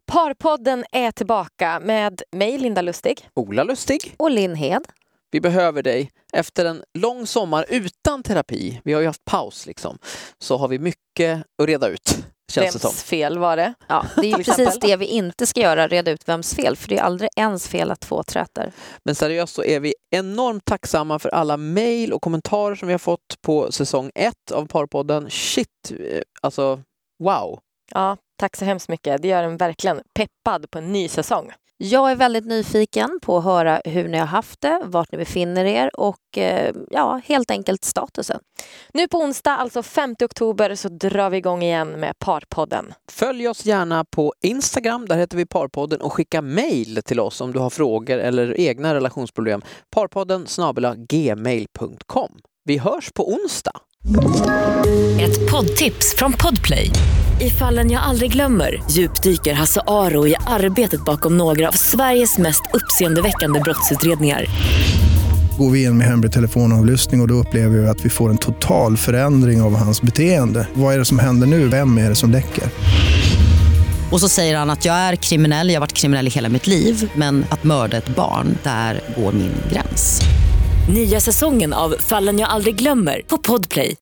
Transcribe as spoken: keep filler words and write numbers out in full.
Parpodden är tillbaka med mig, Linda Lustig. Ola Lustig. Och Linn Hed. Vi behöver dig efter en lång sommar utan terapi. Vi har ju haft paus liksom. Så har vi mycket att reda ut. Känns det som. Vems fel var det? Ja, det är ju precis det vi inte ska göra, reda ut vems fel. För det är aldrig ens fel att två träter. Men seriöst så är vi enormt tacksamma för alla mejl och kommentarer som vi har fått på säsong ett av Parpodden. Shit, alltså wow. Ja, tack så hemskt mycket. Det gör en verkligen peppad på en ny säsong. Jag är väldigt nyfiken på att höra hur ni har haft det, vart ni befinner er och eh, ja, helt enkelt statusen. Nu på onsdag, alltså femte oktober, så drar vi igång igen med Parpodden. Följ oss gärna på Instagram, där heter vi Parpodden, och skicka mejl till oss om du har frågor eller egna relationsproblem. Parpodden snabel-a gmail punkt com. Vi hörs på onsdag. Ett poddtips från Podplay. I Fallen jag aldrig glömmer djupdyker Hasse Aro i arbetet bakom några av Sveriges mest uppseendeväckande brottsutredningar. Går vi in med hemlig telefonavlyssning och, och då upplever vi att vi får en total förändring av hans beteende. Vad är det som händer nu? Vem är det som läcker? Och så säger han att jag är kriminell, jag har varit kriminell i hela mitt liv, men att mörda ett barn, där går min gräns. Nya säsongen av Fallen jag aldrig glömmer på Podplay.